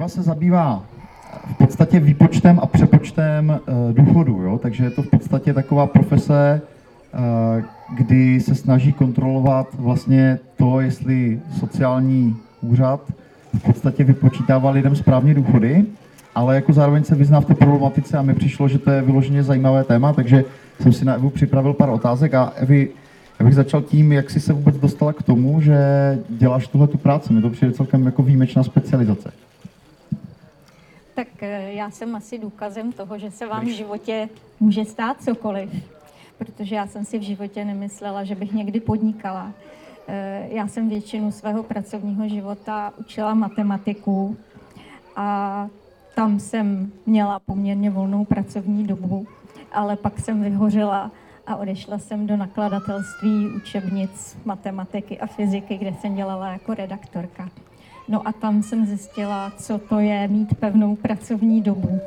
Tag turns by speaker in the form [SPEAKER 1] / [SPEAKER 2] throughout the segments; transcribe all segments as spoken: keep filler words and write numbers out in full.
[SPEAKER 1] firma se zabývá v podstatě výpočtem a přepočtem uh, důchodu, jo? Takže je to v podstatě taková profese, uh, kdy se snaží kontrolovat vlastně to, jestli sociální úřad v podstatě vypočítává lidem správně důchody, ale jako zároveň se vyzná v té problematice a mi přišlo, že to je vyloženě zajímavé téma, takže jsem si na Evu připravil pár otázek a Evi, já bych začal tím, jak jsi se vůbec dostala k tomu, že děláš tuhle tu práci. Mi to přijde celkem jako výjimečná specializace.
[SPEAKER 2] Tak já jsem asi důkazem toho, že se vám v životě může stát cokoliv, protože já jsem si v životě nemyslela, že bych někdy podnikala. Já jsem většinu svého pracovního života učila matematiku a tam jsem měla poměrně volnou pracovní dobu, ale pak jsem vyhořela a odešla jsem do nakladatelství učebnic matematiky a fyziky, kde jsem dělala jako redaktorka. No a tam jsem zjistila, co to je mít pevnou pracovní dobu.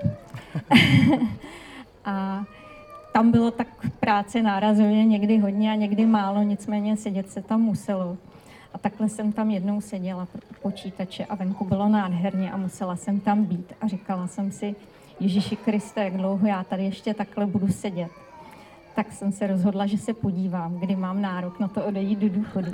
[SPEAKER 2] A tam bylo tak práce nárazově někdy hodně a někdy málo, nicméně sedět se tam muselo. A takhle jsem tam jednou seděla u počítače a venku bylo nádherně a musela jsem tam být. A říkala jsem si, Ježíši Kriste, jak dlouho já tady ještě takhle budu sedět. Tak jsem se rozhodla, že se podívám, kdy mám nárok na to odejít do důchodu.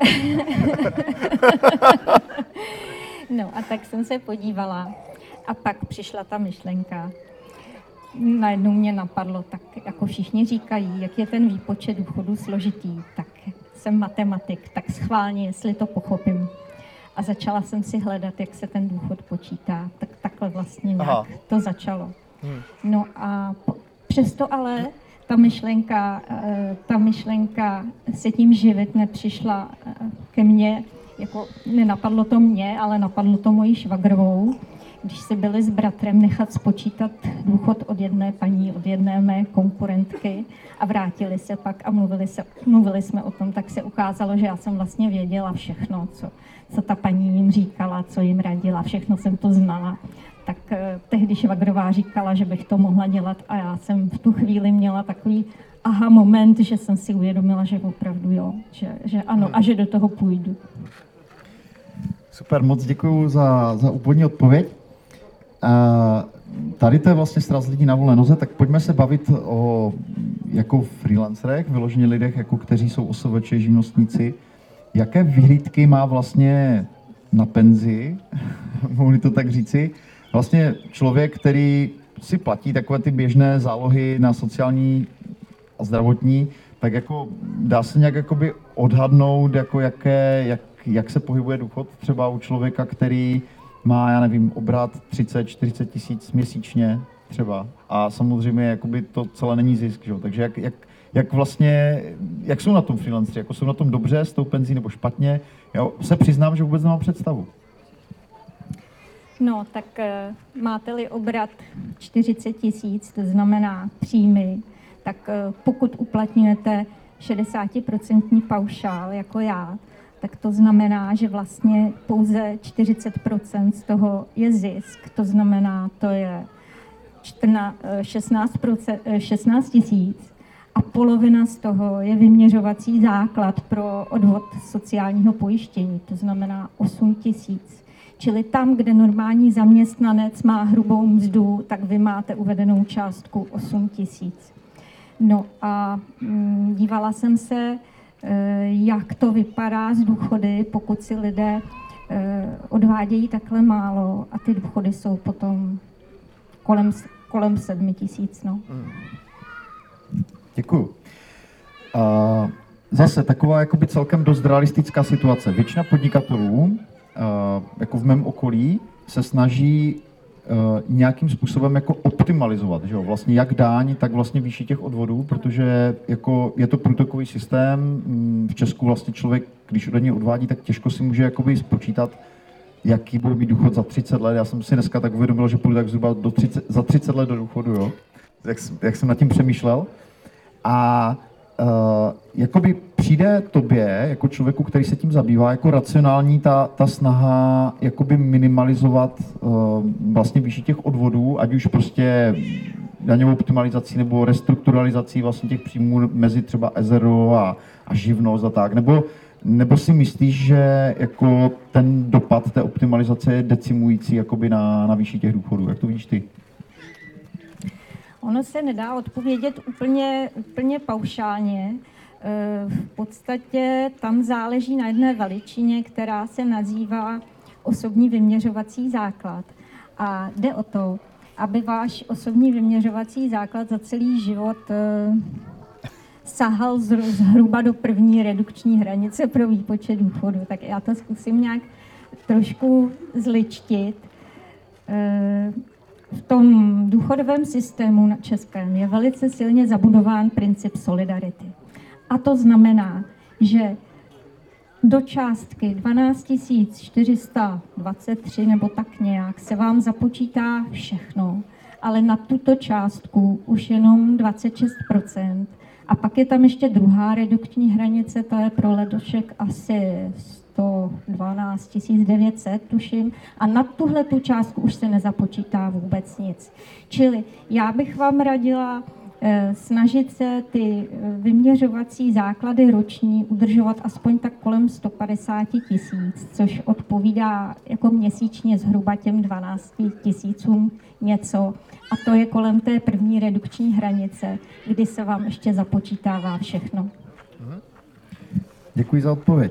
[SPEAKER 2] No a tak jsem se podívala a pak přišla ta myšlenka. Najednou mě napadlo, tak jako všichni říkají, jak je ten výpočet důchodu složitý, tak jsem matematik, tak schválně, jestli to pochopím. A začala jsem si hledat, jak se ten důchod počítá. Tak takhle vlastně nějak Aha. to začalo. Hmm. No a po, přesto ale ta myšlenka, ta myšlenka se tím živit nepřišla ke mně, jako nenapadlo to mě, ale napadlo to moji švagrovou, když si byli s bratrem nechat spočítat důchod od jedné paní, od jedné mé konkurentky a vrátili se pak a mluvili, se, mluvili jsme o tom, tak se ukázalo, že já jsem vlastně věděla všechno, co, co ta paní jim říkala, co jim radila, všechno jsem to znala. Tak eh, tehdy švagrová říkala, že bych to mohla dělat a já jsem v tu chvíli měla takový aha moment, že jsem si uvědomila, že opravdu jo, že, že ano a že do toho půjdu.
[SPEAKER 1] Super, moc děkuju za, za úvodní odpověď. Uh, tady to je vlastně sraz lidí na volné noze, tak pojďme se bavit o jako freelancerech, vyloženě lidech, jako kteří jsou O S V Č, živnostníci. Jaké vyhlídky má vlastně na penzi, mohu to tak říci, vlastně člověk, který si platí takové ty běžné zálohy na sociální a zdravotní, tak jako dá se nějak jakoby odhadnout, jako jaké, jak, jak se pohybuje důchod třeba u člověka, který má, já nevím, obrat třicet čtyřicet tisíc měsíčně třeba a samozřejmě jakoby to celé není zisk, že? Takže jak, jak, jak vlastně, jak jsou na tom freelanceri, jako jsou na tom dobře s tou penzí nebo špatně? Já se přiznám, že vůbec nemám představu.
[SPEAKER 2] No, tak uh, máte-li obrat čtyřicet tisíc, to znamená příjmy, tak uh, pokud uplatňujete šedesát procent paušál jako já, tak to znamená, že vlastně pouze čtyřicet procent z toho je zisk. To znamená, to je šestnáct tisíc a polovina z toho je vyměřovací základ pro odvod sociálního pojištění. To znamená osm tisíc. Čili tam, kde normální zaměstnanec má hrubou mzdu, tak vy máte uvedenou částku osm tisíc. No a mm, dívala jsem se, jak to vypadá z důchody, pokud si lidé odvádějí takhle málo a ty důchody jsou potom kolem, kolem sedmi tisíc. No.
[SPEAKER 1] Děkuju. Uh, zase taková jakoby celkem dost realistická situace. Většina podnikatelů, uh, jako v mém okolí, se snaží uh, nějakým způsobem jako optimalizovat, že jo? Vlastně jak dáň, tak vlastně výši těch odvodů, protože jako je to průtokový systém. V Česku vlastně člověk, když od něj odvádí, tak těžko si může jakoby spočítat, jaký bude mít důchod za třicet let. Já jsem si dneska tak uvědomil, že půjdu tak zhruba do třicet, za třicet let do důchodu, jo? Jak, jak jsem nad tím přemýšlel. A uh, jakoby přijde tobě, jako člověku, který se tím zabývá, jako racionální ta, ta snaha jakoby minimalizovat uh, vlastně výši těch odvodů, ať už prostě daňovou optimalizací nebo restrukturalizací vlastně těch příjmů mezi třeba E Z E R O a, a živnost a tak, nebo, Nebo si myslíš, že jako ten dopad té optimalizace je decimující jakoby na, na výši těch důchodů? Jak to vidíš ty?
[SPEAKER 2] Ono se nedá odpovědět úplně, úplně paušálně. V podstatě tam záleží na jedné veličině, která se nazývá osobní vyměřovací základ. A jde o to, aby váš osobní vyměřovací základ za celý život sahal zhruba do první redukční hranice pro výpočet důchodu. Tak já to zkusím nějak trošku zličtit. V tom důchodovém systému na českém je velice silně zabudován princip solidarity. A to znamená, že do částky dvanáct tisíc čtyři sta dvacet tři nebo tak nějak se vám započítá všechno, ale na tuto částku už jenom dvacet šest procent. A pak je tam ještě druhá redukční hranice, to je pro ledošek asi sto dvanáct tisíc devět set, tuším, a na tuhle tu částku už se nezapočítá vůbec nic. Čili já bych vám radila eh, snažit se ty vyměřovací základy roční udržovat aspoň tak kolem sto padesát tisíc, což odpovídá jako měsíčně zhruba těm dvanácti tisícům něco. A to je kolem té první redukční hranice, kdy se vám ještě započítává všechno.
[SPEAKER 1] Děkuji za odpověď.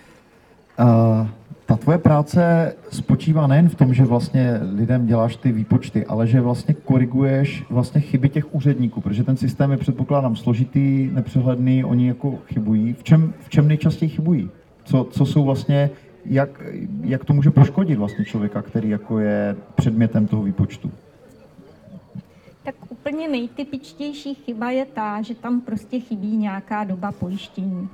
[SPEAKER 1] Uh, ta tvoje práce spočívá nejen v tom, že vlastně lidem děláš ty výpočty, ale že vlastně koriguješ vlastně chyby těch úředníků, protože ten systém je, předpokládám, složitý, nepřehledný, oni jako chybují. V čem, v čem nejčastěji chybují? Co, co jsou vlastně, jak, jak to může poškodit vlastně člověka, který jako je předmětem toho výpočtu?
[SPEAKER 2] Tak úplně nejtypičtější chyba je ta, že tam prostě chybí nějaká doba pojištění.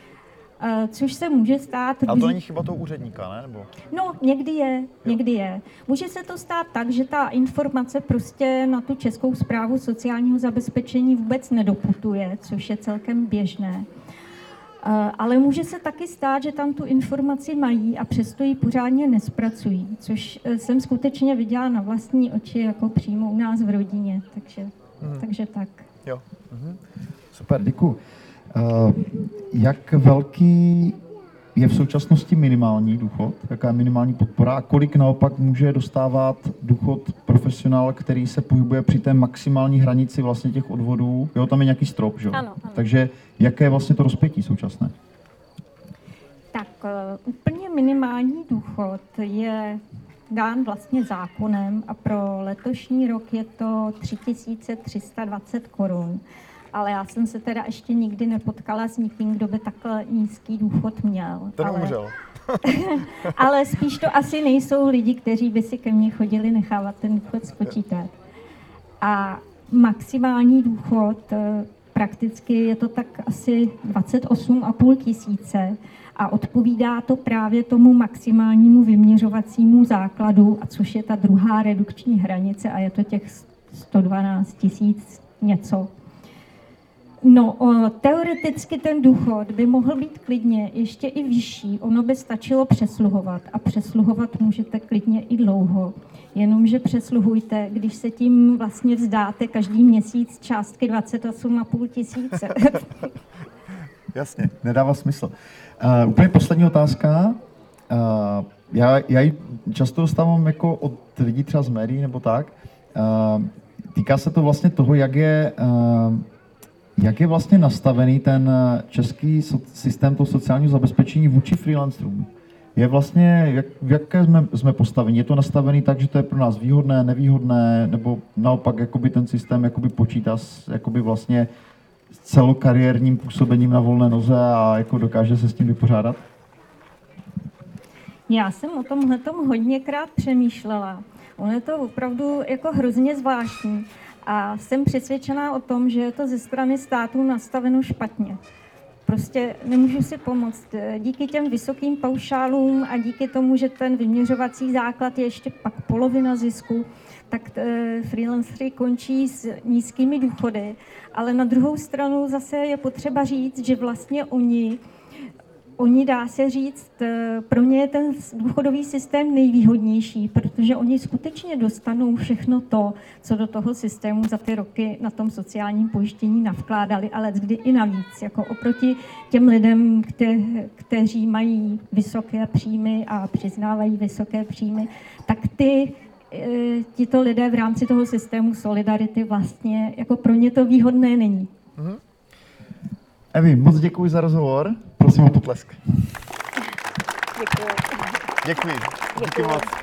[SPEAKER 2] Což se může stát...
[SPEAKER 3] A to není chyba toho úředníka, ne? Nebo...
[SPEAKER 2] No, někdy je, někdy je. Může se to stát tak, že ta informace prostě na tu Českou správu sociálního zabezpečení vůbec nedoputuje, což je celkem běžné. Ale může se taky stát, že tam tu informaci mají a přesto ji pořádně nespracují, což jsem skutečně viděla na vlastní oči jako přímo u nás v rodině, takže, hmm. takže tak.
[SPEAKER 3] Jo. Mhm.
[SPEAKER 1] Super, děkuji. Uh, jak velký je v současnosti minimální důchod? Jaká je minimální podpora? A kolik naopak může dostávat důchod profesionál, který se pohybuje při té maximální hranici vlastně těch odvodů? Jo, tam je nějaký strop, že jo?
[SPEAKER 2] Ano, ano.
[SPEAKER 1] Takže jaké je vlastně to rozpětí současné?
[SPEAKER 2] Tak uh, úplně minimální důchod je dán vlastně zákonem a pro letošní rok je to tři tisíce tři sta dvacet korun. Ale já jsem se teda ještě nikdy nepotkala s nikým, kdo by takhle nízký důchod měl.
[SPEAKER 3] Ten
[SPEAKER 2] ale,
[SPEAKER 3] umřel.
[SPEAKER 2] ale spíš to asi nejsou lidi, kteří by si ke mně chodili nechávat ten důchod spočítat. A maximální důchod, prakticky je to tak asi dvacet osm a půl tisíce a odpovídá to právě tomu maximálnímu vyměřovacímu základu, a což je ta druhá redukční hranice a je to těch sto dvanáct tisíc něco. No, o, teoreticky ten důchod by mohl být klidně ještě i vyšší, ono by stačilo přesluhovat a přesluhovat můžete klidně i dlouho, jenomže přesluhujte, když se tím vlastně vzdáte každý měsíc částky dvacet osm a půl tisíce.
[SPEAKER 1] Jasně, nedává smysl. Uh, úplně poslední otázka. Uh, já, já ji často dostávám jako od lidí třeba z médií nebo tak. Uh, týká se to vlastně toho, jak je... Uh, Jak je vlastně nastavený ten český systém toho sociálního zabezpečení vůči freelancerům? Je vlastně, jak, v jaké jsme, jsme postaveni? Je to nastavený tak, že to je pro nás výhodné, nevýhodné, nebo naopak jakoby ten systém jakoby počítá s jakoby vlastně celokariérním působením na volné noze a jako dokáže se s tím vypořádat?
[SPEAKER 2] Já jsem o tomhletom hodněkrát přemýšlela. Ono je to opravdu jako hrozně zvláštní. A jsem přesvědčená o tom, že je to ze strany státu nastaveno špatně. Prostě nemůžu si pomoct. Díky těm vysokým paušálům a díky tomu, že ten vyměřovací základ je ještě pak polovina zisku, tak freelancery končí s nízkými důchody. Ale na druhou stranu zase je potřeba říct, že vlastně oni oni, dá se říct, pro ně je ten důchodový systém nejvýhodnější, protože oni skutečně dostanou všechno to, co do toho systému za ty roky na tom sociálním pojištění navkládali, ale kdy i navíc, jako oproti těm lidem, kte, kteří mají vysoké příjmy a přiznávají vysoké příjmy, tak ty tito lidé v rámci toho systému solidarity vlastně, jako pro ně to výhodné není.
[SPEAKER 3] Mhm. Evi, moc děkuji za rozhovor. Prosím o potlesk.
[SPEAKER 4] Děkuji.
[SPEAKER 3] Děkuji. Díky moc.